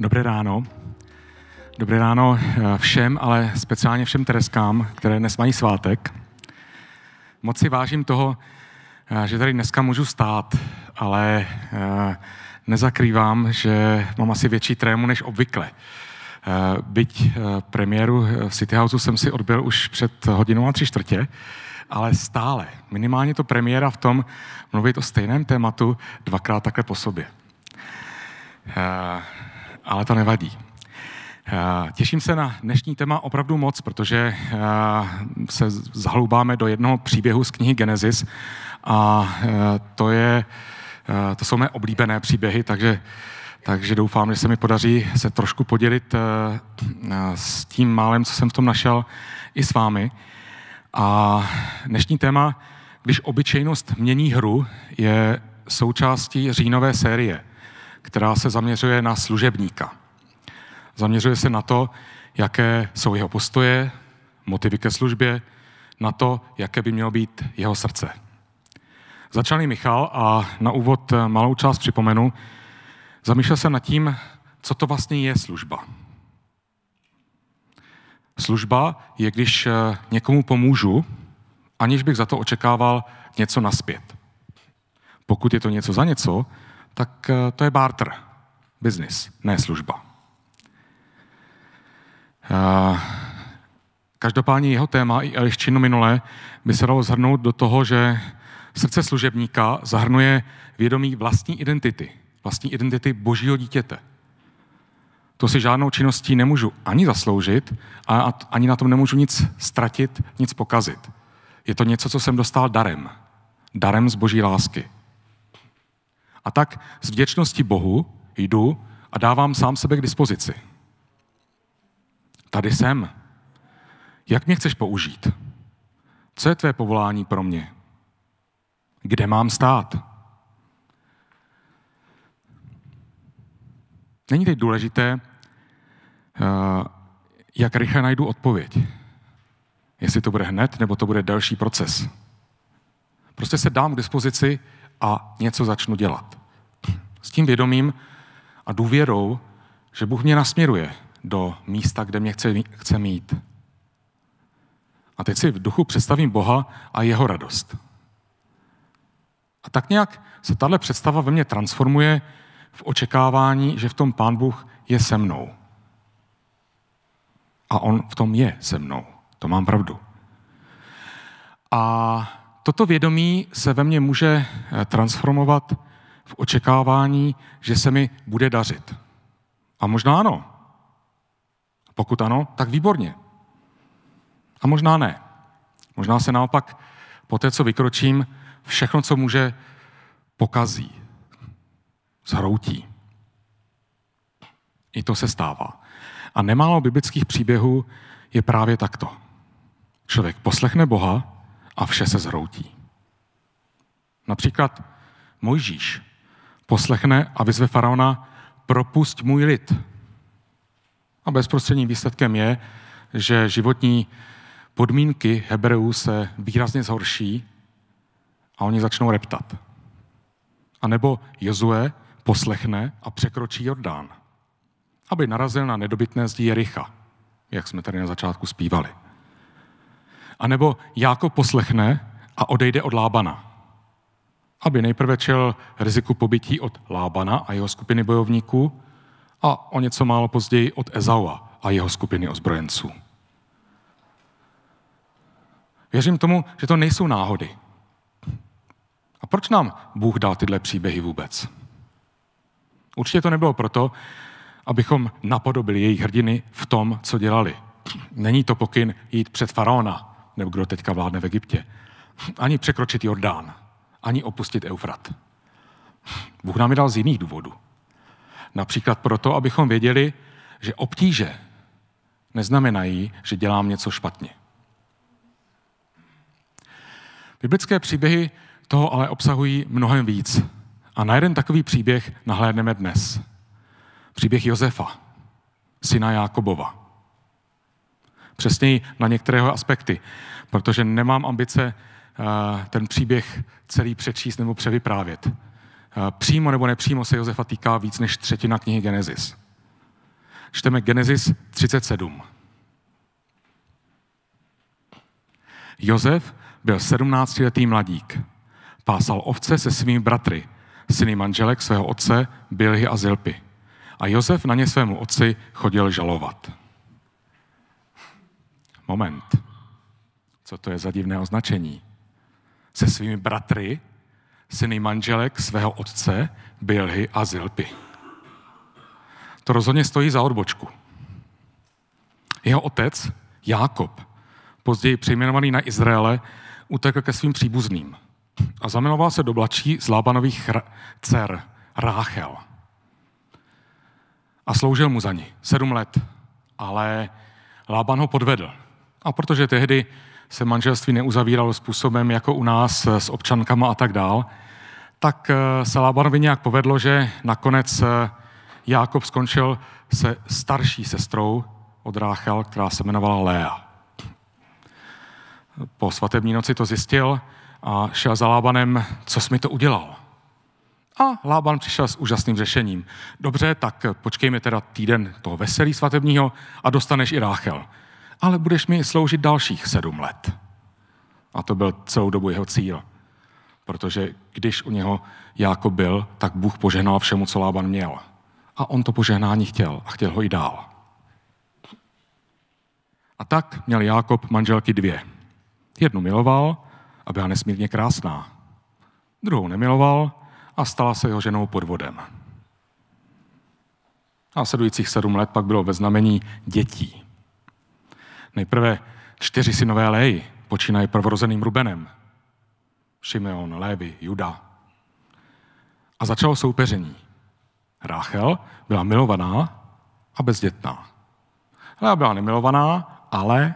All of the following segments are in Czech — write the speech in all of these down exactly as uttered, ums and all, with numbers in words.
Dobré ráno. Dobré ráno všem, ale speciálně všem Tereskám, které dnes mají svátek. Moc si vážím toho, že tady dneska můžu stát, ale nezakrývám, že mám asi větší trému než obvykle. Byť premiéru v City Houseu jsem si odbyl už před hodinou a tři čtvrtě, ale stále, minimálně to premiéra v tom mluvit o stejném tématu dvakrát takhle po sobě. Ale to nevadí. Těším se na dnešní téma opravdu moc, protože se zahloubáme do jednoho příběhu z knihy Genesis a to, je, to jsou mé oblíbené příběhy, takže, takže doufám, že se mi podaří se trošku podělit s tím málem, co jsem v tom našel, i s vámi. A dnešní téma, když obyčejnost mění hru, je součástí říjnové série, která se zaměřuje na služebníka. Zaměřuje se na to, jaké jsou jeho postoje, motivy ke službě, na to, jaké by mělo být jeho srdce. Začal Michal a na úvod malou část připomenu. Zamýšlel jsem nad tím, co to vlastně je služba. Služba je, když někomu pomůžu, aniž bych za to očekával něco naspět. Pokud je to něco za něco, tak to je barter, business, ne služba. Každopádně jeho téma i Eliščino minulé by se dalo shrnout do toho, že srdce služebníka zahrnuje vědomí vlastní identity, vlastní identity božího dítěte. To si žádnou činností nemůžu ani zasloužit a ani na tom nemůžu nic ztratit, nic pokazit. Je to něco, co jsem dostal darem. Darem z boží lásky. A tak z vděčnosti Bohu jdu a dávám sám sebe k dispozici. Tady jsem. Jak mě chceš použít? Co je tvé povolání pro mě? Kde mám stát? Není teď důležité, jak rychle najdu odpověď. Jestli to bude hned, nebo to bude další proces. Prostě se dám k dispozici a něco začnu dělat. S tím vědomím a důvěrou, že Bůh mě nasměruje do místa, kde mě chce, chce mít. A teď si v duchu představím Boha a jeho radost. A tak nějak se tahle představa ve mně transformuje v očekávání, že v tom Pán Bůh je se mnou. A on v tom je se mnou. To mám pravdu. A toto vědomí se ve mně může transformovat v očekávání, že se mi bude dařit. A možná ano. Pokud ano, tak výborně. A možná ne. Možná se naopak po té, co vykročím, všechno, co může, pokazí. Zhroutí. I to se stává. A nemálo biblických příběhů je právě takto. Člověk poslechne Boha a vše se zhroutí. Například Mojžíš poslechne a vyzve faraona: propusť můj lid. A bezprostředním výsledkem je, že životní podmínky Hebreů se výrazně zhorší a oni začnou reptat. A nebo Jozue poslechne a překročí Jordán, aby narazil na nedobytné zdi Jericha, jak jsme tady na začátku zpívali. A nebo Jákob poslechne a odejde od Lábana, aby nejprve čel riziku pobytí od Lábana a jeho skupiny bojovníků a o něco málo později od Ezaua a jeho skupiny ozbrojenců. Věřím tomu, že to nejsou náhody. A proč nám Bůh dal tyhle příběhy vůbec? Určitě to nebylo proto, abychom napodobili jejich hrdiny v tom, co dělali. Není to pokyn jít před faraona, nebo kdo teďka vládne v Egyptě. Ani překročit Jordán, ani opustit Eufrat. Bůh nám je dal z jiných důvodů. Například proto, abychom věděli, že obtíže neznamenají, že dělám něco špatně. Biblické příběhy toho ale obsahují mnohem víc. A na jeden takový příběh nahlédneme dnes. Příběh Josefa, syna Jákobova. Přesněji na některé jeho aspekty, protože nemám ambice ten příběh celý přečíst nebo převyprávět. Přímo nebo nepřímo se Josefa týká víc než třetina knihy Genesis. Čteme Genesis třicet sedm. Josef byl sedmnáctiletý mladík. Pásal ovce se svými bratry, syny manželek svého otce Bilhy a Zilpy. A Josef na ně svému otci chodil žalovat. Moment. Co to je za divné označení? Se svými bratry, syny manželek svého otce Bilhy a Zilpy. To rozhodně stojí za odbočku. Jeho otec, Jákob, později přejmenovaný na Izraele, utekl ke svým příbuzným a zamiloval se do mladší z Lábanových dcer, Ráchel. A sloužil mu za ní sedm let, ale Lában ho podvedl. A protože tehdy se manželství neuzavíralo způsobem jako u nás s občankama a tak dál, tak se Lábanovi nějak povedlo, že nakonec Jákob skončil se starší sestrou od Ráchel, která se jmenovala Léa. Po svatební noci to zjistil a šel za Lábanem, co jsi mi to udělal. A Lában přišel s úžasným řešením. Dobře, tak počkejme teda týden toho veselí svatebního a dostaneš i Ráchel. Ale budeš mi sloužit dalších sedm let. A to byl celou dobu jeho cíl. Protože když u něho Jákob byl, tak Bůh požehnal všemu, co Lában měl. A on to požehnání chtěl a chtěl ho i dál. A tak měl Jákob manželky dvě. Jednu miloval a byla nesmírně krásná. Druhou nemiloval a stala se jeho ženou podvodem. A sledujících sedm let pak bylo ve znamení dětí. Nejprve čtyři synové Léji, počínají prvorozeným Rubenem. Šimeon, Lévi, Juda. A začalo soupeření. Ráchel byla milovaná a bezdětná. Léa byla nemilovaná, ale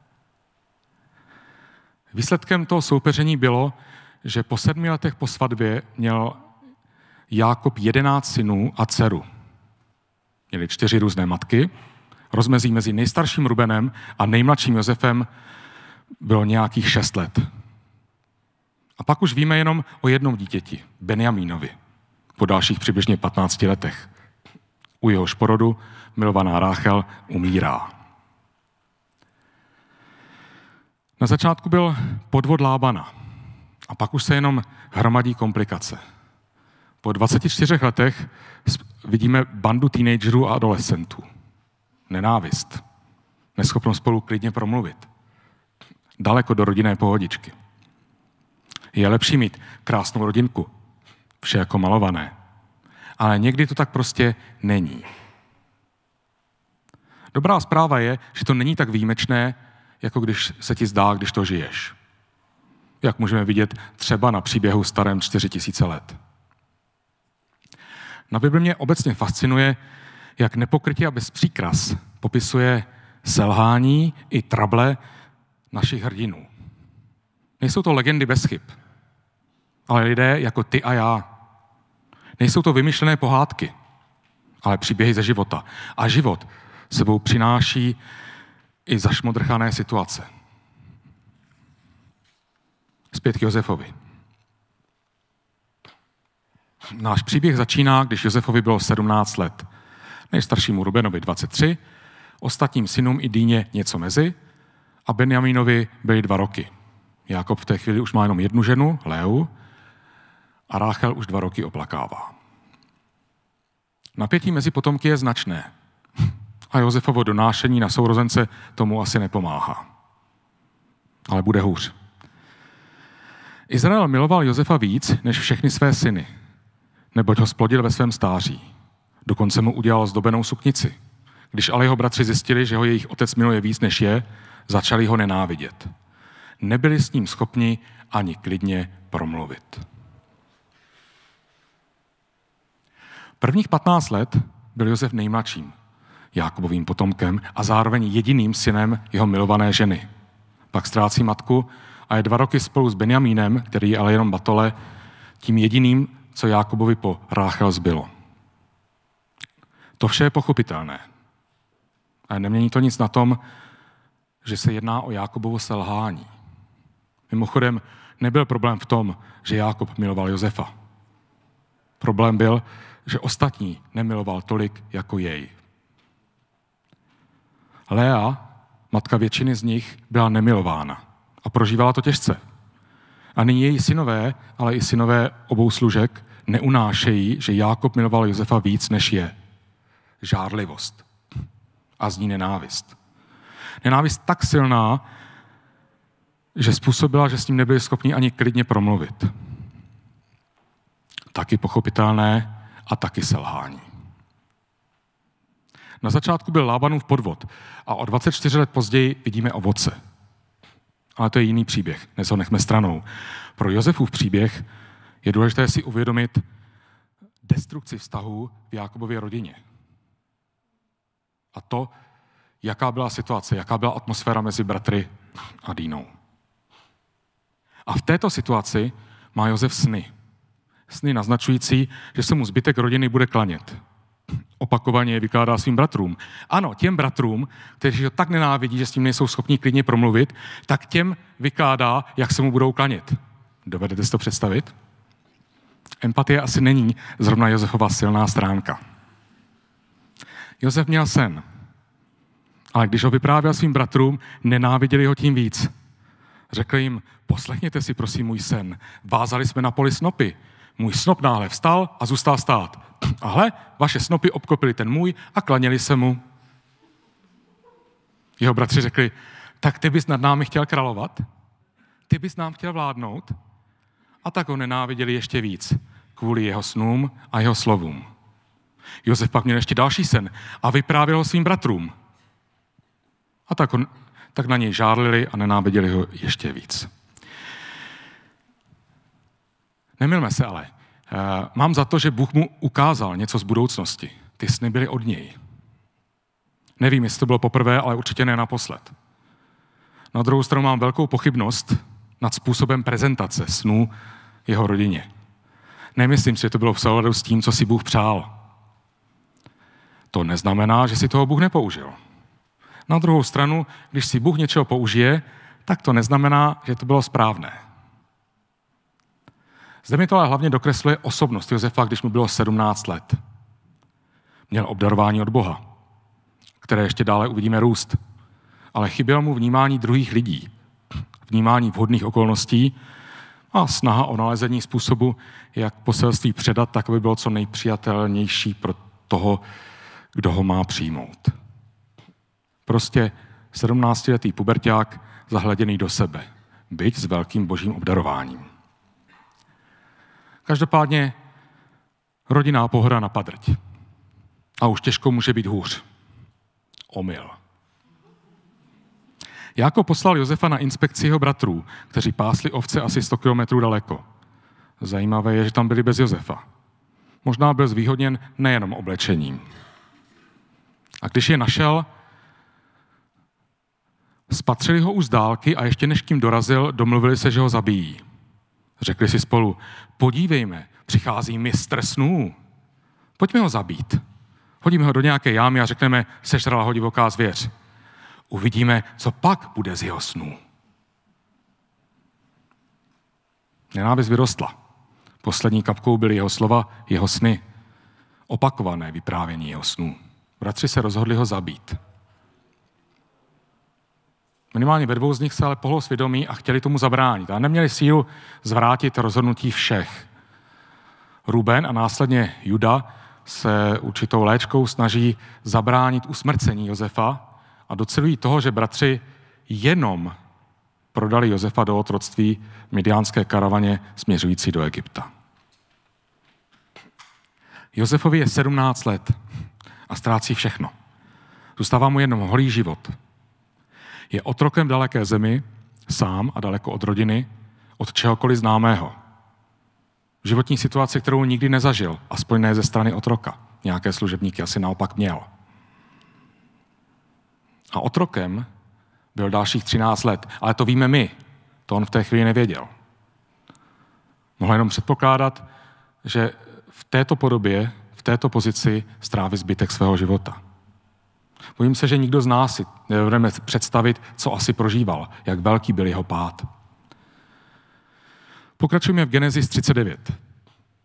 výsledkem toho soupeření bylo, že po sedmi letech po svatbě měl Jákob jedenáct synů a dceru. Měli čtyři různé matky. Rozmezí mezi nejstarším Rubenem a nejmladším Josefem bylo nějakých šest let. A pak už víme jenom o jednom dítěti, Benjamínovi, po dalších přibližně patnácti letech. U jehož porodu milovaná Ráchel umírá. Na začátku byl podvod Lábana a pak už se jenom hromadí komplikace. Po dvaceti čtyřech letech vidíme bandu teenagerů a adolescentů. Nenávist. Neschopnost spolu klidně promluvit. Daleko do rodinné pohodičky. Je lepší mít krásnou rodinku. Vše jako malované. Ale někdy to tak prostě není. Dobrá zpráva je, že to není tak výjimečné, jako když se ti zdá, když to žiješ. Jak můžeme vidět třeba na příběhu starém čtyři tisíce let. Na Bibli mě obecně fascinuje, jak nepokrytě a bez příkras popisuje selhání i trable našich hrdinů. Nejsou to legendy bez chyb, ale lidé jako ty a já. Nejsou to vymyšlené pohádky, ale příběhy ze života. A život sebou přináší i zašmodrchané situace. Zpět k Josefovi. Náš příběh začíná, když Josefovi bylo sedmnáct let. Nejstaršímu Rubenovi dvacet tři, ostatním synům i Dýně něco mezi a Benjamínovi byly dva roky. Jákob v té chvíli už má jenom jednu ženu, Léu, a Ráchel už dva roky oplakává. Napětí mezi potomky je značné a Josefovo donášení na sourozence tomu asi nepomáhá. Ale bude hůř. Izrael miloval Josefa víc než všechny své syny, neboť ho splodil ve svém stáří. Dokonce mu udělal zdobenou suknici. Když ale jeho bratři zjistili, že ho jejich otec miluje víc než je, začali ho nenávidět. Nebyli s ním schopni ani klidně promluvit. Prvních patnáct let byl Josef nejmladším, Jákobovým potomkem a zároveň jediným synem jeho milované ženy. Pak ztrácí matku a je dva roky spolu s Benjamínem, který je ale jenom batole, tím jediným, co Jákobovi po Ráchel zbylo. To vše je pochopitelné. Ale nemění to nic na tom, že se jedná o Jákobovo selhání. Mimochodem, nebyl problém v tom, že Jákob miloval Josefa. Problém byl, že ostatní nemiloval tolik jako jej. Lea, matka většiny z nich, byla nemilována a prožívala to těžce. A nyní její synové, ale i synové obou služek, neunášejí, že Jákob miloval Josefa víc, než je. Žárlivost. A z ní nenávist. Nenávist tak silná, že způsobila, že s ním nebyli schopni ani klidně promluvit. Taky pochopitelné a taky selhání. Na začátku byl Lábanův podvod a o dvacet čtyři let později vidíme ovoce. Ale to je jiný příběh, dnes ho nechme stranou. Pro Josefův příběh je důležité si uvědomit destrukci vztahů v Jákobově rodině. A to, jaká byla situace, jaká byla atmosféra mezi bratry a Dínou. A v této situaci má Josef sny. Sny naznačující, že se mu zbytek rodiny bude klanět. Opakovaně je vykládá svým bratrům. Ano, těm bratrům, kteří ho tak nenávidí, že s tím nejsou schopni klidně promluvit, tak těm vykládá, jak se mu budou klanět. Dovedete si to představit? Empatie asi není zrovna Josefova silná stránka. Josef měl sen, ale když ho vyprávěl svým bratrům, nenáviděli ho tím víc. Řekl jim, poslechněte si prosím můj sen. Vázali jsme na poli snopy. Můj snop náhle vstal a zůstal stát. A hle, vaše snopy obklopily ten můj a klaněli se mu. Jeho bratři řekli, tak ty bys nad námi chtěl královat? Ty bys nám chtěl vládnout? A tak ho nenáviděli ještě víc, kvůli jeho snům a jeho slovům. Josef pak měl ještě další sen a vyprávěl ho svým bratrům. A tak, on, tak na něj žárlili a nenáviděli ho ještě víc. Nemylme se ale. Mám za to, že Bůh mu ukázal něco z budoucnosti. Ty sny byly od něj. Nevím, jestli to bylo poprvé, ale určitě ne naposled. Na druhou stranu mám velkou pochybnost nad způsobem prezentace snů jeho rodině. Nemyslím si, že to bylo v souladu s tím, co si Bůh přál. To neznamená, že si toho Bůh nepoužil. Na druhou stranu, když si Bůh něčeho použije, tak to neznamená, že to bylo správné. Zde mi to ale hlavně dokresluje osobnost Josefa, když mu bylo sedmnáct let. Měl obdarování od Boha, které ještě dále uvidíme růst. Ale chybělo mu vnímání druhých lidí, vnímání vhodných okolností a snaha o nalezení způsobu, jak poselství předat, tak aby bylo co nejpřijatelnější pro toho, kdo ho má přijmout. Prostě sedmnáctiletý puberťák zahleděný do sebe, byť s velkým božím obdarováním. Každopádně rodinná pohoda na padrť. A už těžko může být hůř. Omyl. Jákob poslal Josefa na inspekci jeho bratrů, kteří pásli ovce asi sto kilometrů daleko. Zajímavé je, že tam byli bez Josefa. Možná byl zvýhodněn nejenom oblečením. A když je našel, spatřili ho už z dálky a ještě než k ním dorazil, domluvili se, že ho zabijí. Řekli si spolu, podívejme, přichází mistr snů. Pojďme ho zabít. Hodíme ho do nějaké jámy a řekneme, sežrala ho divoká zvěř. Uvidíme, co pak bude z jeho snů. Nenávist vyrostla. Poslední kapkou byly jeho slova, jeho sny. Opakované vyprávění jeho snů. Bratři se rozhodli ho zabít. Minimálně ve dvou z nich se ale pohlo svědomí a chtěli tomu zabránit. A neměli sílu zvrátit rozhodnutí všech. Ruben a následně Juda se určitou léčkou snaží zabránit usmrcení Josefa a docelují toho, že bratři jenom prodali Josefa do otroctví v midiánské karavaně směřující do Egypta. Josefovi je sedmnáct let a ztrácí všechno. Zůstává mu jenom holý život. Je otrokem v daleké zemi, sám a daleko od rodiny, od čehokoliv známého. V životní situaci, kterou nikdy nezažil, aspoň ne ze strany otroka. Nějaké služebníky asi naopak měl. A otrokem byl dalších třináct let, ale to víme my. To on v té chvíli nevěděl. Mohl jenom předpokládat, že v této podobě, v této pozici stráví zbytek svého života. Bojím se, že nikdo z nás si nedovedeme představit, co asi prožíval, jak velký byl jeho pád. Pokračujeme v Genesis třicet devět.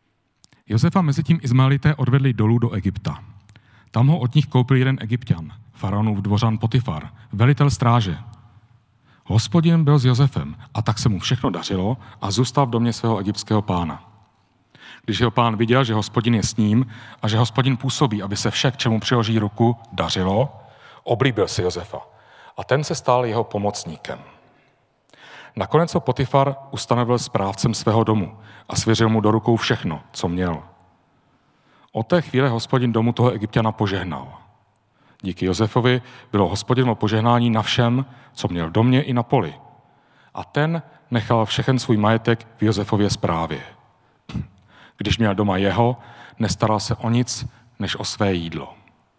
Josefa mezi tím Izmaelité odvedli dolů do Egypta. Tam ho od nich koupil jeden Egypťan, faraonův dvořan Potifar, velitel stráže. Hospodin byl s Josefem a tak se mu všechno dařilo a zůstal v domě svého egyptského pána. Když jeho pán viděl, že Hospodin je s ním a že Hospodin působí, aby se vše, k čemu přiloží ruku, dařilo, oblíbil si Josefa a ten se stal jeho pomocníkem. Nakonec ho Potifar ustanovil správcem svého domu a svěřil mu do rukou všechno, co měl. Od té chvíle Hospodin domu toho Egypťana požehnal. Díky Josefovi bylo Hospodinovo požehnání na všem, co měl v domě i na poli. A ten nechal všechen svůj majetek v Josefově správě. Když měl doma jeho, nestaral se o nic, než o své jídlo.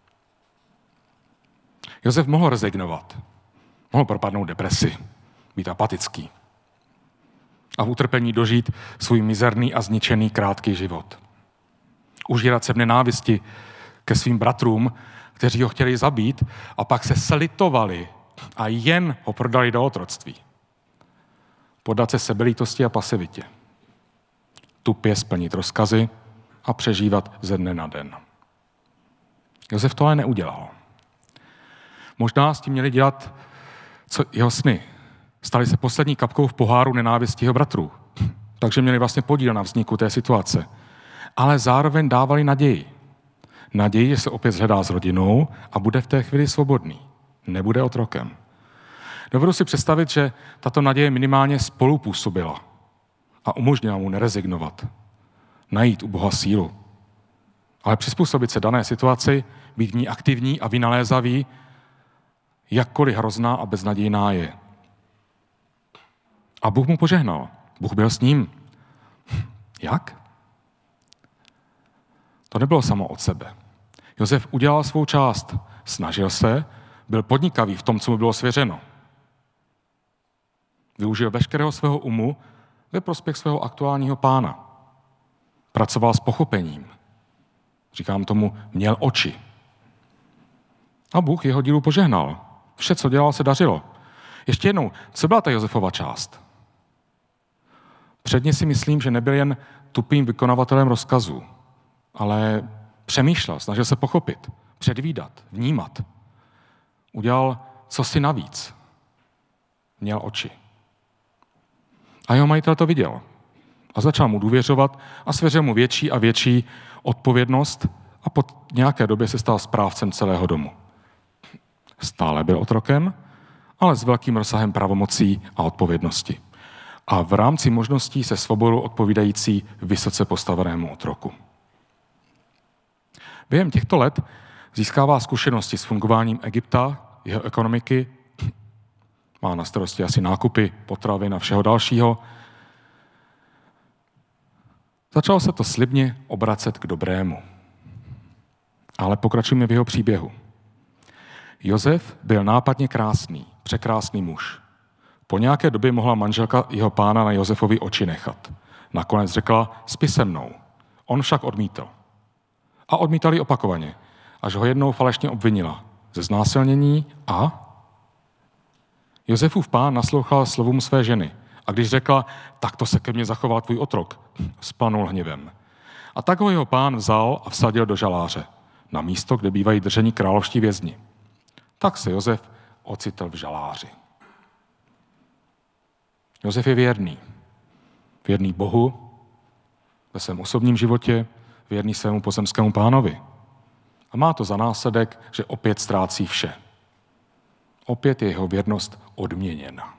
Josef mohl rezignovat, mohl propadnout depresi, být apatický a v utrpení dožít svůj mizerný a zničený krátký život. Užírat se v nenávisti ke svým bratrům, kteří ho chtěli zabít a pak se slitovali a jen ho prodali do otroctví. Podat se sebelítosti a pasivitě. Tupě splnit rozkazy a přežívat ze dne na den. Josef to ale neudělal. Možná s tím měli dělat co jeho sny. Stali se poslední kapkou v poháru nenávisti jeho bratrů. Takže měli vlastně podíl na vzniku té situace. Ale zároveň dávali naději. Naději, že se opět shledá s rodinou a bude v té chvíli svobodný. Nebude otrokem. Dovedu si představit, že tato naděje minimálně spolupůsobila a umožnila mu nerezignovat, najít u Boha sílu. Ale přizpůsobit se dané situaci, být v ní aktivní a vynalézavý, jakkoliv hrozná a beznadějná je. A Bůh mu požehnal. Bůh byl s ním. Jak? To nebylo samo od sebe. Josef udělal svou část, snažil se, byl podnikavý v tom, co mu bylo svěřeno. Využil veškerého svého umu ve prospěch svého aktuálního pána. Pracoval s pochopením. Říkám tomu, měl oči. A Bůh jeho dílu požehnal. Vše, co dělal, se dařilo. Ještě jednou, co byla ta Josefova část? Předně si myslím, že nebyl jen tupým vykonavatelem rozkazů, ale přemýšlel, snažil se pochopit, předvídat, vnímat. Udělal cosi navíc. Měl oči. A jeho majitel to viděl. A začal mu důvěřovat a svěřil mu větší a větší odpovědnost a po nějaké době se stal správcem celého domu. Stále byl otrokem, ale s velkým rozsahem pravomocí a odpovědnosti. A v rámci možností se svobodou odpovídající vysoce postavenému otroku. Během těchto let získává zkušenosti s fungováním Egypta, jeho ekonomiky, má na starosti asi nákupy, potravin a všeho dalšího. Začalo se to slibně obracet k dobrému. Ale pokračujeme v jeho příběhu. Josef byl nápadně krásný, překrásný muž. Po nějaké době mohla manželka jeho pána na Josefovi oči nechat. Nakonec řekla, spi se mnou. On však odmítl. A odmítali opakovaně, až ho jednou falešně obvinila ze znásilnění a Josefův pán naslouchal slovům své ženy a když řekla, takto se ke mně zachoval tvůj otrok, splanul hněvem. A tak ho jeho pán vzal a vsadil do žaláře, na místo, kde bývají drženi královští vězni. Tak se Josef ocitl v žaláři. Josef je věrný. Věrný Bohu ve svém osobním životě, věrný svému pozemskému pánovi. A má to za následek, že opět ztrácí vše. Opět je jeho věrnost odměněna.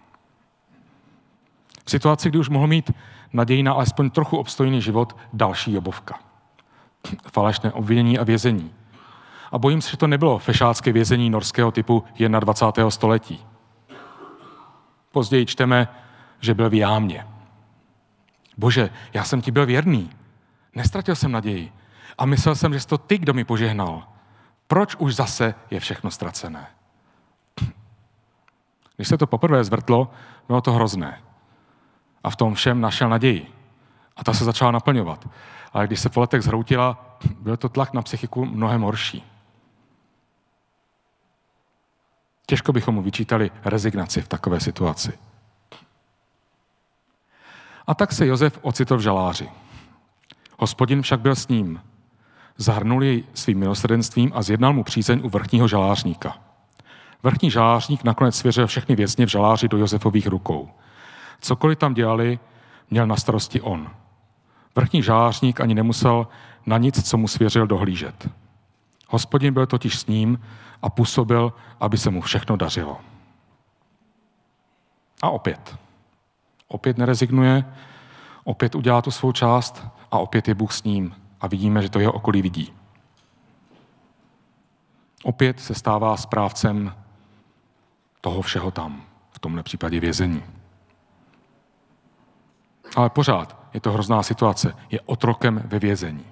V situaci, kdy už mohl mít naději na alespoň trochu obstojný život, další Jobovka. Falešné obvinění a vězení. A bojím se, že to nebylo fešácké vězení norského typu dvacátého prvního století. Později čteme, že byl v jámě. Bože, já jsem ti byl věrný. Nestratil jsem naději. A myslel jsem, že jsi to ty, kdo mi požehnal. Proč už zase je všechno ztracené? Když se to poprvé zvrtlo, bylo to hrozné. A v tom všem našel naději. A ta se začala naplňovat. Ale když se po letech zhroutila, byl to tlak na psychiku mnohem horší. Těžko bychom mu vyčítali rezignaci v takové situaci. A tak se Josef ocitl v žaláři. Hospodin však byl s ním. Zahrnul jej svým milosrdenstvím a zjednal mu přízeň u vrchního žalářníka. Vrchní žalářník nakonec svěřil všechny vězně v žaláři do Josefových rukou. Cokoliv tam dělali, měl na starosti on. Vrchní žalářník ani nemusel na nic, co mu svěřil, dohlížet. Hospodin byl totiž s ním a působil, aby se mu všechno dařilo. A opět. Opět nerezignuje, opět udělá tu svou část a opět je Bůh s ním a vidíme, že to jeho okolí vidí. Opět se stává správcem toho všeho tam, v tomhle případě vězení. Ale pořád je to hrozná situace, je otrokem ve vězení.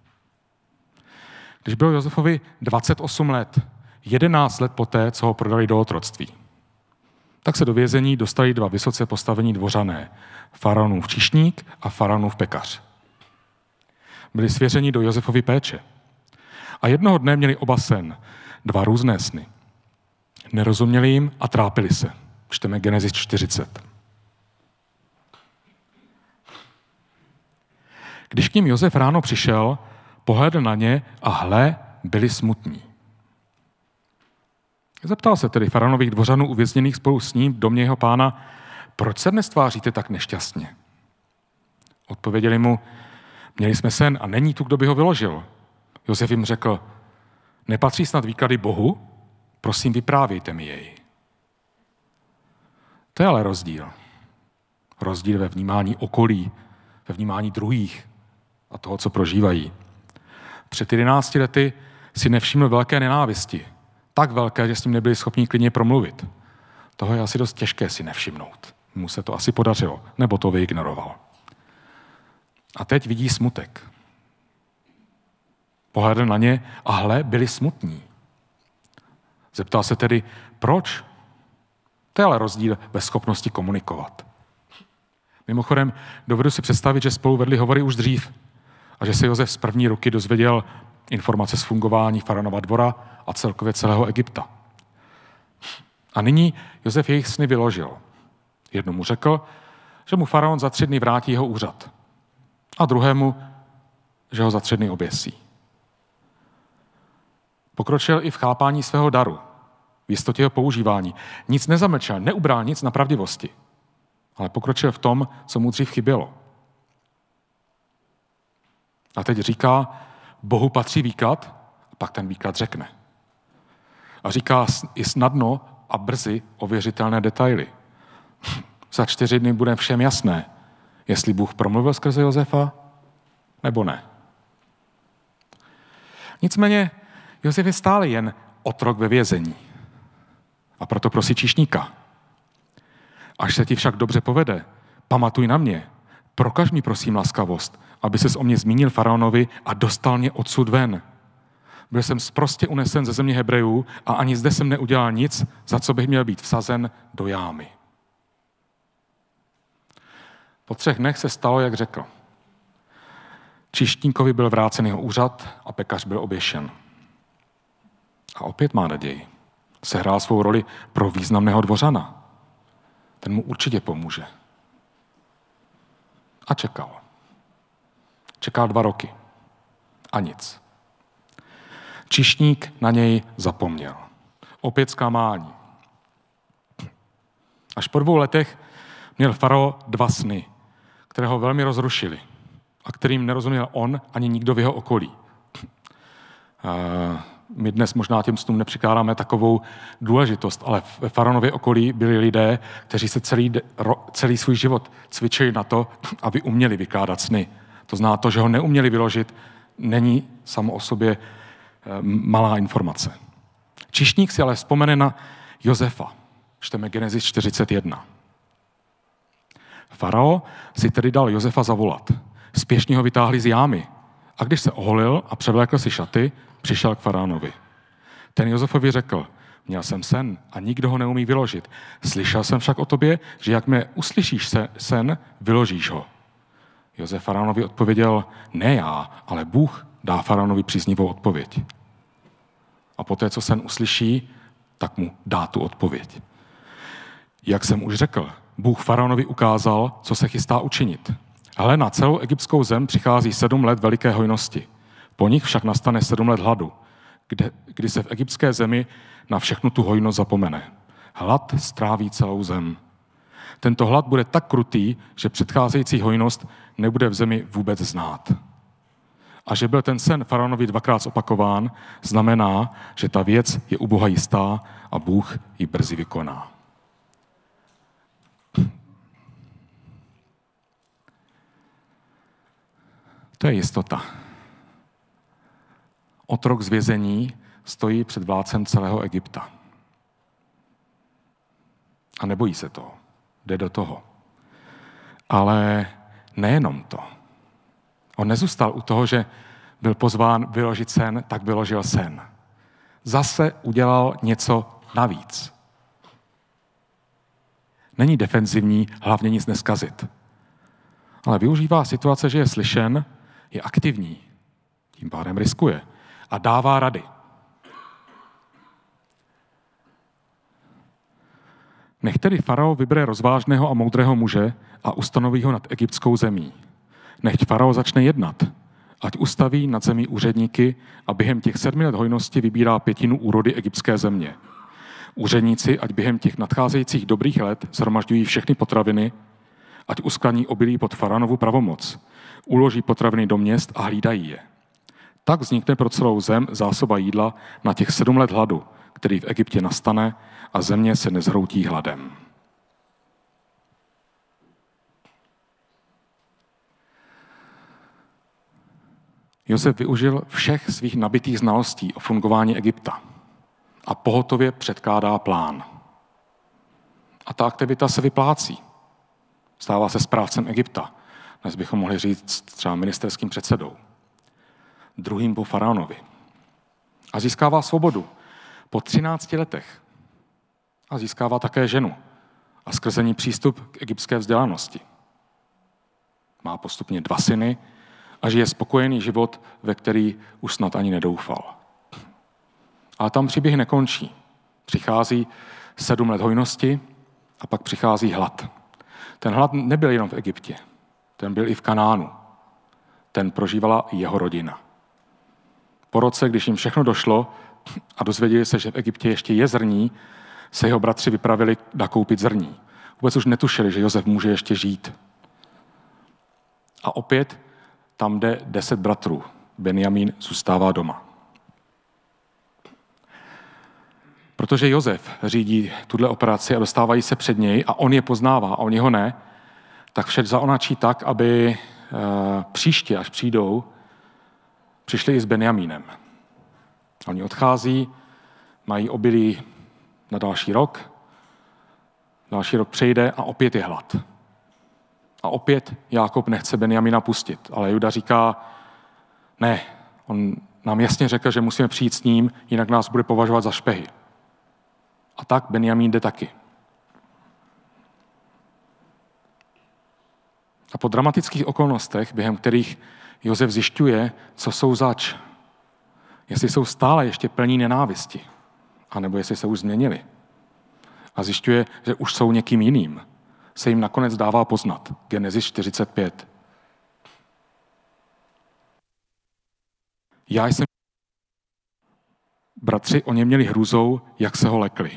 Když bylo Josefovi dvacet osm let, jedenáct let poté, co ho prodali do otroctví, tak se do vězení dostali dva vysoce postavení dvořané, faraonův číšník a faraonův pekař. Byli svěřeni do Josefovy péče. A jednoho dne měli oba sen, dva různé sny. Nerozuměli jim a trápili se. Čteme Genesis čtyřicet. Když k nim Josef ráno přišel, pohlédl na ně a hle, byli smutní. Zeptal se tedy faraonových dvořanů uvězněných spolu s ním v domě jeho pána, proč se dnes tváříte tak nešťastně? Odpověděli mu, měli jsme sen a není tu, kdo by ho vyložil. Josef jim řekl, nepatří snad výklady Bohu? Prosím, vyprávějte mi jej. To je ale rozdíl. Rozdíl ve vnímání okolí, ve vnímání druhých a toho, co prožívají. Před jedenácti lety si nevšiml velké nenávisti. Tak velké, že s ním nebyli schopni klidně promluvit. Toho je asi dost těžké si nevšimnout. Mu se to asi podařilo, nebo to vyignoroval. A teď vidí smutek. Pohlédl na ně a hle, byli smutní. Zeptal se tedy, proč? To je ale rozdíl ve schopnosti komunikovat. Mimochodem, dovedu si představit, že spolu vedli hovory už dřív a že se Josef z první ruky dozvěděl informace z fungování faraonova dvora a celkově celého Egypta. A nyní Josef jejich sny vyložil. Jednomu řekl, že mu faraon za tři dny vrátí jeho úřad a druhému, že ho za tři dny oběsí. Pokročil i v chápání svého daru, v jistotě jeho používání. Nic nezamlčel, neubral nic na pravdivosti, ale pokročil v tom, co mu dřív chybělo. A teď říká, Bohu patří výklad, a pak ten výklad řekne. A říká i snadno a brzy ověřitelné detaily. Za čtyři dny bude všem jasné, jestli Bůh promluvil skrze Josefa, nebo ne. Nicméně Josef je stále jen otrok ve vězení. A proto prosí číšníka. Až se ti však dobře povede, pamatuj na mě, prokaž mi prosím laskavost, aby ses o mě zmínil faraonovi a dostal mě odsud ven. Byl jsem sprostě unesen ze země Hebrejů a ani zde jsem neudělal nic, za co bych měl být vsazen do jámy. Po třech dnech se stalo, jak řekl. Číšníkovi byl vrácen jeho úřad a pekař byl oběšen. A opět má naději. Sehrál svou roli pro významného dvořana. Ten mu určitě pomůže. A čekal. Čekal dva roky. A nic. Číšník na něj zapomněl. Opět zklamání. Až po dvou letech měl farao dva sny, které ho velmi rozrušily a kterým nerozuměl on ani nikdo v jeho okolí. My dnes možná těm snům nepřikládáme takovou důležitost, ale ve faraonově okolí byli lidé, kteří se celý, celý svůj život cvičili na to, aby uměli vykládat sny. To znamená to, že ho neuměli vyložit, není samo o sobě malá informace. Číšník si ale vzpomene na Josefa. Čteme Genesis čtyřicet jedna. Farao si tedy dal Josefa zavolat. Spěšně ho vytáhli z jámy. A když se oholil a převlékl si šaty, přišel k faraonovi. Ten Josefovi řekl, měl jsem sen a nikdo ho neumí vyložit. Slyšel jsem však o tobě, že jakmile uslyšíš se, sen, vyložíš ho. Josef faraonovi odpověděl, ne já, ale Bůh dá faraonovi příznivou odpověď. A poté, co sen uslyší, tak mu dá tu odpověď. Jak jsem už řekl, Bůh faraonovi ukázal, co se chystá učinit. Ale na celou egyptskou zem přichází sedm let veliké hojnosti. Po nich však nastane sedm let hladu. kde, kdy se v egyptské zemi na všechnu tu hojnost zapomene. Hlad stráví celou zem. Tento hlad bude tak krutý, že předcházející hojnost nebude v zemi vůbec znát. A že byl ten sen faraonovi dvakrát zopakován, znamená, že ta věc je u Boha jistá a Bůh ji brzy vykoná. To je jistota. Otrok z vězení stojí před vládcem celého Egypta. A nebojí se toho. Jde do toho. Ale nejenom to. On nezůstal u toho, že byl pozván vyložit sen, tak vyložil sen. Zase udělal něco navíc. Není defenzivní, hlavně nic neskazit. Ale využívá situace, že je slyšen, je aktivní. Tím pádem riskuje. A dává rady. Nech tedy farao vybere rozvážného a moudrého muže a ustanoví ho nad egyptskou zemí. Nechť farao začne jednat, ať ustaví nad zemí úředníky a během těch sedmi let hojnosti vybírá pětinu úrody egyptské země. Úředníci, ať během těch nadcházejících dobrých let shromažďují všechny potraviny, ať usklaní obilí pod faraonovu pravomoc, uloží potraviny do měst a hlídají je. Tak vznikne pro celou zem zásoba jídla na těch sedm let hladu, který v Egyptě nastane a země se nezhroutí hladem. Josef využil všech svých nabitých znalostí o fungování Egypta a pohotově předkládá plán. A ta aktivita se vyplácí. Stává se správcem Egypta, dnes bychom mohli říct třeba ministerským předsedou, druhým po faraonovi. A získává svobodu po třinácti letech. A získává také ženu a skrze ní přístup k egyptské vzdělanosti. Má postupně dva syny a žije spokojený život, ve který už snad ani nedoufal. Ale tam příběh nekončí. Přichází sedm let hojnosti a pak přichází hlad. Ten hlad nebyl jenom v Egyptě, ten byl i v Kanánu. Ten prožívala i jeho rodina. Po roce, když jim všechno došlo a dozvěděli se, že v Egyptě ještě je zrní, se jeho bratři vypravili nakoupit zrní. Vůbec už netušili, že Josef může ještě žít. A opět tam jde deset bratrů. Benjamín zůstává doma. Protože Josef řídí tuhle operaci a dostávají se před něj a on je poznává a oni ho ne, tak vše zaonačí tak, aby příště, až přijdou, přišli i s Benjamínem. Oni odchází, mají obilí na další rok, další rok přejde a opět je hlad. A opět Jákob nechce Benjamína pustit, ale Juda říká, ne, on nám jasně řekl, že musíme přijít s ním, jinak nás bude považovat za špehy. A tak Benjamín jde taky. A po dramatických okolnostech, během kterých Josef zjišťuje, co jsou zač, jestli jsou stále ještě plní nenávisti, anebo jestli se už změnili. A zjišťuje, že už jsou někým jiným, se jim nakonec dává poznat. Genesis čtyřicet pět. Já jsem... Bratři o ně měli hrůzou, jak se ho lekli.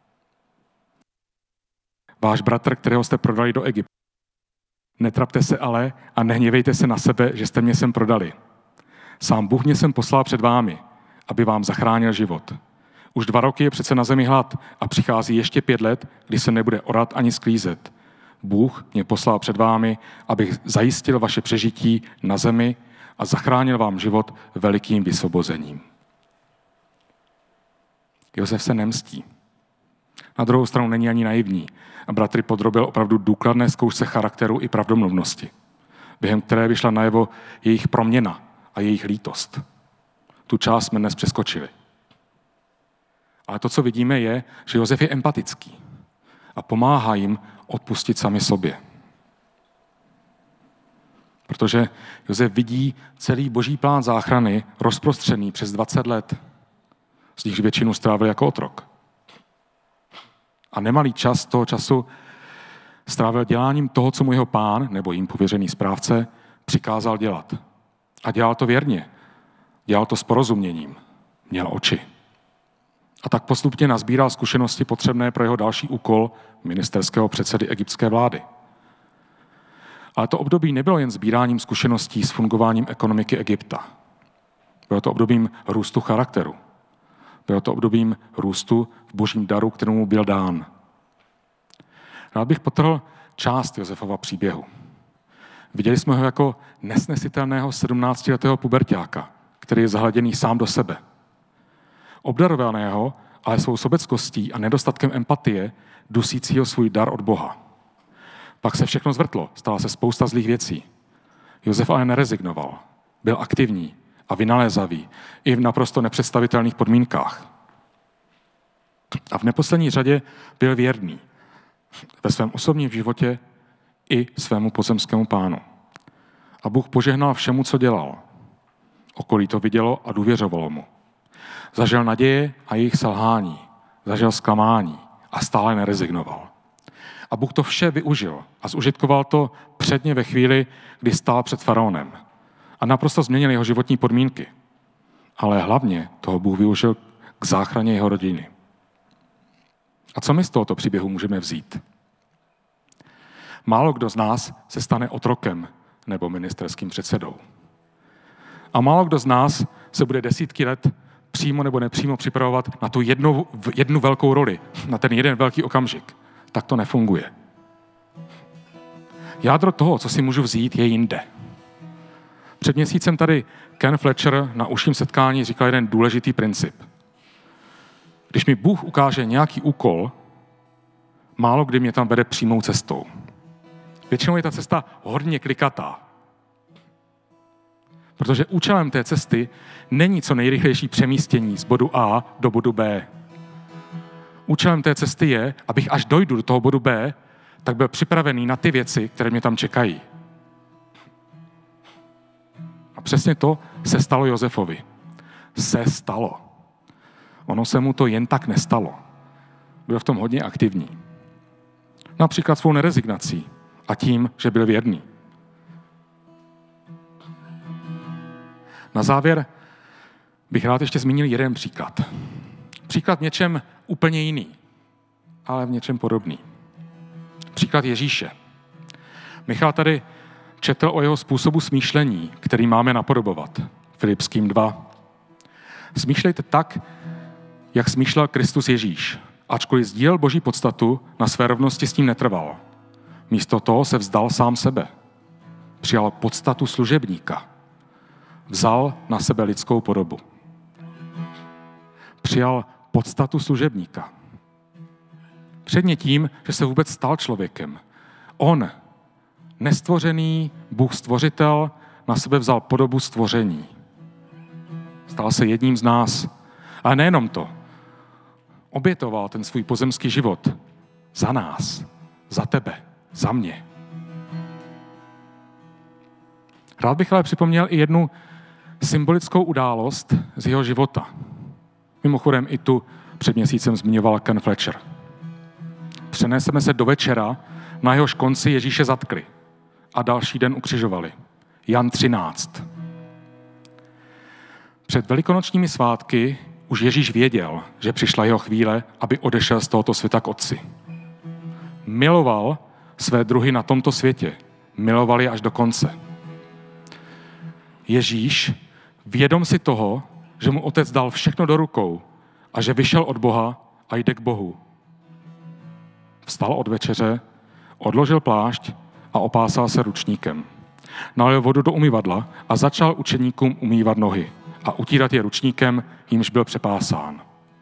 Váš bratr, kterého jste prodali do Egypta. Netrapte se ale a nehněvejte se na sebe, že jste mě sem prodali. Sám Bůh mě sem poslal před vámi, aby vám zachránil život. Už dva roky je přece na zemi hlad a přichází ještě pět let, kdy se nebude orat ani sklízet. Bůh mě poslal před vámi, abych zajistil vaše přežití na zemi a zachránil vám život velikým vysvobozením. Josef se nemstí. Na druhou stranu není ani naivní a bratry podrobil opravdu důkladné zkoušce charakteru i pravdomluvnosti, během které vyšla najevo jejich proměna a jejich lítost. Tu část jsme dnes přeskočili. Ale to, co vidíme, je, že Josef je empatický a pomáhá jim odpustit sami sobě. Protože Josef vidí celý boží plán záchrany rozprostřený přes dvacet let, z nichž většinu strávil jako otrok. A nemalý čas toho času strávil děláním toho, co mu jeho pán, nebo jim pověřený správce, přikázal dělat. A dělal to věrně. Dělal to s porozuměním. Měl oči. A tak postupně nazbíral zkušenosti potřebné pro jeho další úkol ministerského předsedy egyptské vlády. Ale to období nebylo jen sbíráním zkušeností s fungováním ekonomiky Egypta. Bylo to obdobím růstu charakteru. Bylo to obdobím růstu v božím daru, kterému mu byl dán. Rád bych podtrhl část Josefova příběhu. Viděli jsme ho jako nesnesitelného sedmnáctiletého puberťáka, který je zahleděný sám do sebe. Obdarovaného, ale svou sobeckostí a nedostatkem empatie, dusícího svůj dar od Boha. Pak se všechno zvrtlo, stala se spousta zlých věcí. Josef ale nerezignoval. Byl aktivní a vynalézavý i v naprosto nepředstavitelných podmínkách. A v neposlední řadě byl věrný ve svém osobním životě i svému pozemskému pánu. A Bůh požehnal všemu, co dělal. Okolí to vidělo a důvěřovalo mu. Zažil naděje a jejich selhání. Zažil zklamání a stále nerezignoval. A Bůh to vše využil a zužitkoval to předně ve chvíli, kdy stál před faraonem. A naprosto změnil jeho životní podmínky. Ale hlavně toho Bůh využil k záchraně jeho rodiny. A co my z tohoto příběhu můžeme vzít? Málo kdo z nás se stane otrokem nebo ministerským předsedou. A málo kdo z nás se bude desítky let přímo nebo nepřímo připravovat na tu jednu, jednu velkou roli, na ten jeden velký okamžik. Tak to nefunguje. Jádro toho, co si můžu vzít, je jinde. Před měsícem tady Ken Fletcher na užším setkání říkal jeden důležitý princip. Když mi Bůh ukáže nějaký úkol, málo kdy mě tam vede přímou cestou. Většinou je ta cesta hodně klikatá. Protože účelem té cesty není co nejrychlejší přemístění z bodu A do bodu B. Účelem té cesty je, abych až dojdu do toho bodu B, tak byl připravený na ty věci, které mě tam čekají. A přesně to se stalo Josefovi. Se stalo. Ono se mu to jen tak nestalo. Byl v tom hodně aktivní. Například svou nerezignací a tím, že byl věrný. Na závěr bych rád ještě zmínil jeden příklad. Příklad v něčem úplně jiný, ale v něčem podobný. Příklad Ježíše. Michal tady četl o jeho způsobu smýšlení, který máme napodobovat. Filipským dva. Smýšlejte tak, jak smýšlel Kristus Ježíš. Ačkoliv sdílel Boží podstatu, na své rovnosti s tím netrval. Místo toho se vzdal sám sebe. Přijal podstatu služebníka. Vzal na sebe lidskou podobu. Přijal podstatu služebníka. Předně tím, že se vůbec stal člověkem. On, nestvořený Bůh stvořitel, na sebe vzal podobu stvoření. Stal se jedním z nás. Ale nejenom to. Obětoval ten svůj pozemský život za nás, za tebe, za mě. Rád bych ale připomněl i jednu symbolickou událost z jeho života. Mimochodem i tu před měsícem zmiňoval Ken Fletcher. Přeneseme se do večera, na jehož konci Ježíše zatkli a další den ukřižovali. Jan třináct. Před velikonočními svátky už Ježíš věděl, že přišla jeho chvíle, aby odešel z tohoto světa k Otci. Miloval své druhy na tomto světě. Miloval je až do konce. Ježíš, vědom si toho, že mu Otec dal všechno do rukou a že vyšel od Boha a jde k Bohu. Vstal od večeře, odložil plášť a opásal se ručníkem. Nalil vodu do umyvadla a začal učeníkům umývat nohy a utírat je ručníkem, jímž byl přepásán.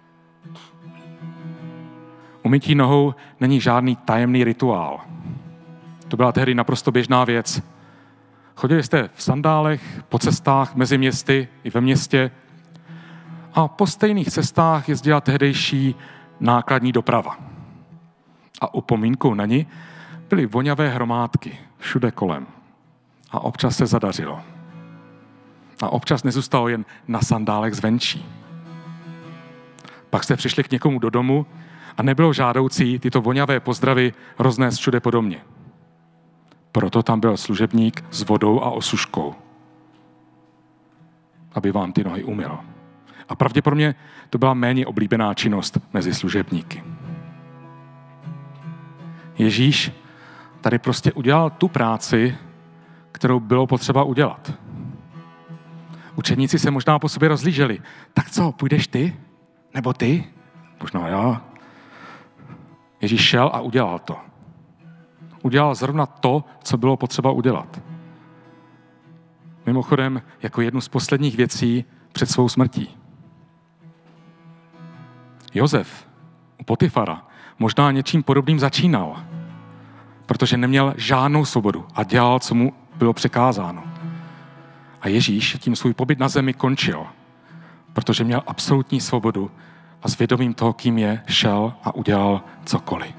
Umytí nohou není žádný tajemný rituál. To byla tehdy naprosto běžná věc. Chodili jste v sandálech, po cestách mezi městy i ve městě a po stejných cestách jezdila tehdejší nákladní doprava. A upomínkou na ní byly voňavé hromádky všude kolem. A občas se zadařilo. A občas nezůstalo jen na sandálech zvenčí. Pak jste přišli k někomu do domu a nebylo žádoucí tyto voňavé pozdravy roznést všude po domě. Proto tam byl služebník s vodou a osuškou, aby vám ty nohy umyl. A pravděpodobně to byla méně oblíbená činnost mezi služebníky. Ježíš tady prostě udělal tu práci, kterou bylo potřeba udělat. Učedníci se možná po sobě rozlíželi. Tak co, půjdeš ty? Nebo ty? Možná já. Ježíš šel a udělal to. Udělal zrovna to, co bylo potřeba udělat. Mimochodem, jako jednu z posledních věcí před svou smrtí. Josef u Potifara možná něčím podobným začínal, protože neměl žádnou svobodu a dělal, co mu bylo přikázáno. A Ježíš tím svůj pobyt na zemi končil, protože měl absolutní svobodu a s vědomím toho, kým je, šel a udělal cokoliv.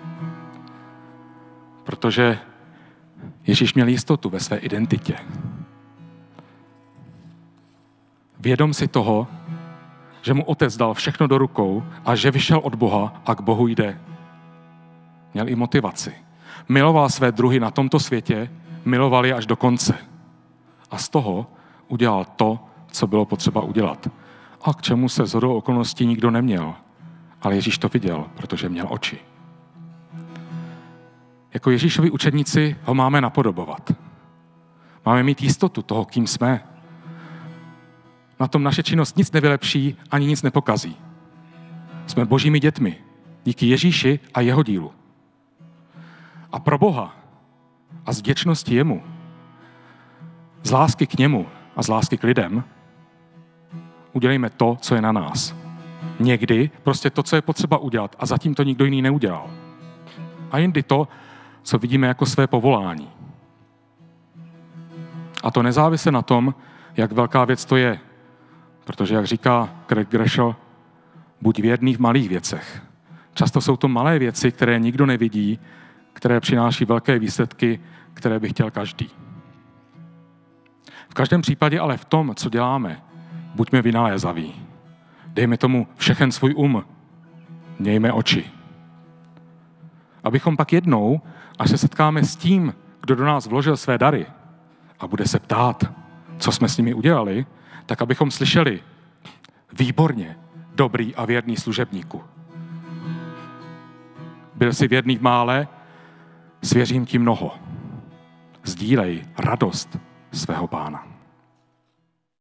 Protože Ježíš měl jistotu ve své identitě. Vědom si toho, že mu otec dal všechno do rukou a že vyšel od Boha a k Bohu jde. Měl i motivaci. Miloval své druhy na tomto světě, miloval je až do konce. A z toho udělal to, co bylo potřeba udělat. A k čemu se shodou okolností nikdo neměl. Ale Ježíš to viděl, protože měl oči. Jako Ježíšovi učedníci ho máme napodobovat. Máme mít jistotu toho, kým jsme. Na tom naše činnost nic nevylepší, ani nic nepokazí. Jsme božími dětmi, díky Ježíši a jeho dílu. A pro Boha a z vděčnosti jemu, z lásky k němu a z lásky k lidem, udělejme to, co je na nás. Někdy prostě to, co je potřeba udělat a zatím to nikdo jiný neudělal. A jindy to, co vidíme jako své povolání. A to nezávisí na tom, jak velká věc to je. Protože, jak říká Craig Groeschel, buď věrný v malých věcech. Často jsou to malé věci, které nikdo nevidí, které přináší velké výsledky, které by chtěl každý. V každém případě ale v tom, co děláme, buďme vynalézaví. Dejme tomu všechen svůj um. Mějme oči. Abychom pak jednou, až se setkáme s tím, kdo do nás vložil své dary a bude se ptát, co jsme s nimi udělali, tak abychom slyšeli, výborně, dobrý a věrný služebníku. Byl jsi věrný v mále, svěřím ti mnoho. Sdílej radost svého Pána.